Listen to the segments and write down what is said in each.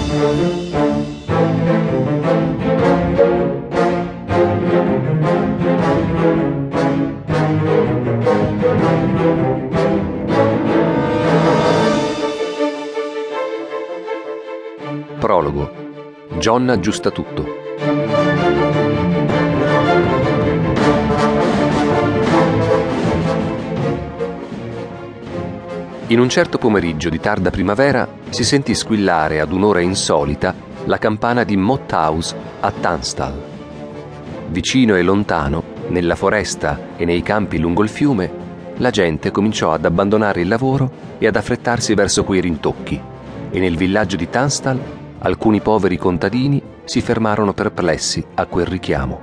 Prologo. John aggiusta tutto. In un certo pomeriggio di tarda primavera si sentì squillare ad un'ora insolita la campana di Moat House a Tunstall. Vicino e lontano, nella foresta e nei campi lungo il fiume, la gente cominciò ad abbandonare il lavoro e ad affrettarsi verso quei rintocchi, e nel villaggio di Tunstall alcuni poveri contadini si fermarono perplessi a quel richiamo.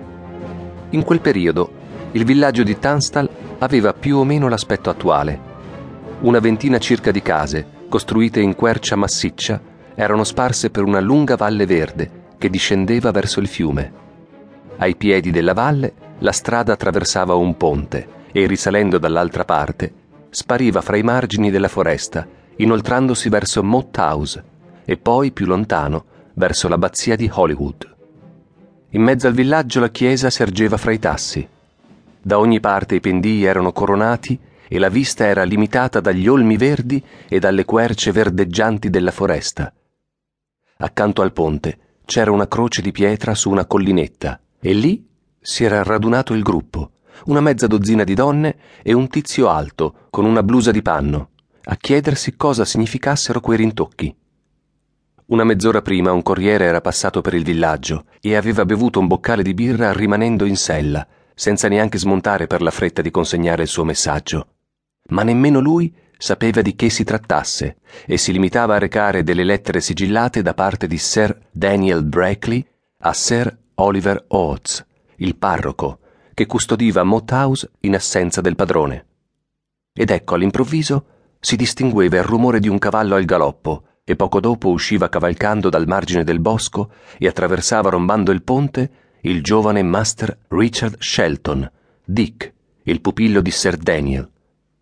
In quel periodo il villaggio di Tunstall aveva più o meno l'aspetto attuale. Una ventina circa di case, costruite in quercia massiccia, erano sparse per una lunga valle verde che discendeva verso il fiume. Ai piedi della valle la strada attraversava un ponte e, risalendo dall'altra parte, spariva fra i margini della foresta, inoltrandosi verso Moat House e poi, più lontano, verso l'abbazia di Holywood. In mezzo al villaggio la chiesa si ergeva fra i tassi. Da ogni parte i pendii erano coronati e la vista era limitata dagli olmi verdi e dalle querce verdeggianti della foresta. Accanto al ponte c'era una croce di pietra su una collinetta e lì si era radunato il gruppo, una mezza dozzina di donne e un tizio alto con una blusa di panno, a chiedersi cosa significassero quei rintocchi. Una mezz'ora prima un corriere era passato per il villaggio e aveva bevuto un boccale di birra rimanendo in sella, senza neanche smontare per la fretta di consegnare il suo messaggio. Ma nemmeno lui sapeva di che si trattasse e si limitava a recare delle lettere sigillate da parte di Sir Daniel Brackley a Sir Oliver Oates, il parroco, che custodiva Moat House in assenza del padrone. Ed ecco, all'improvviso si distingueva il rumore di un cavallo al galoppo e poco dopo usciva cavalcando dal margine del bosco e attraversava rombando il ponte il giovane Master Richard Shelton, Dick, il pupillo di Sir Daniel.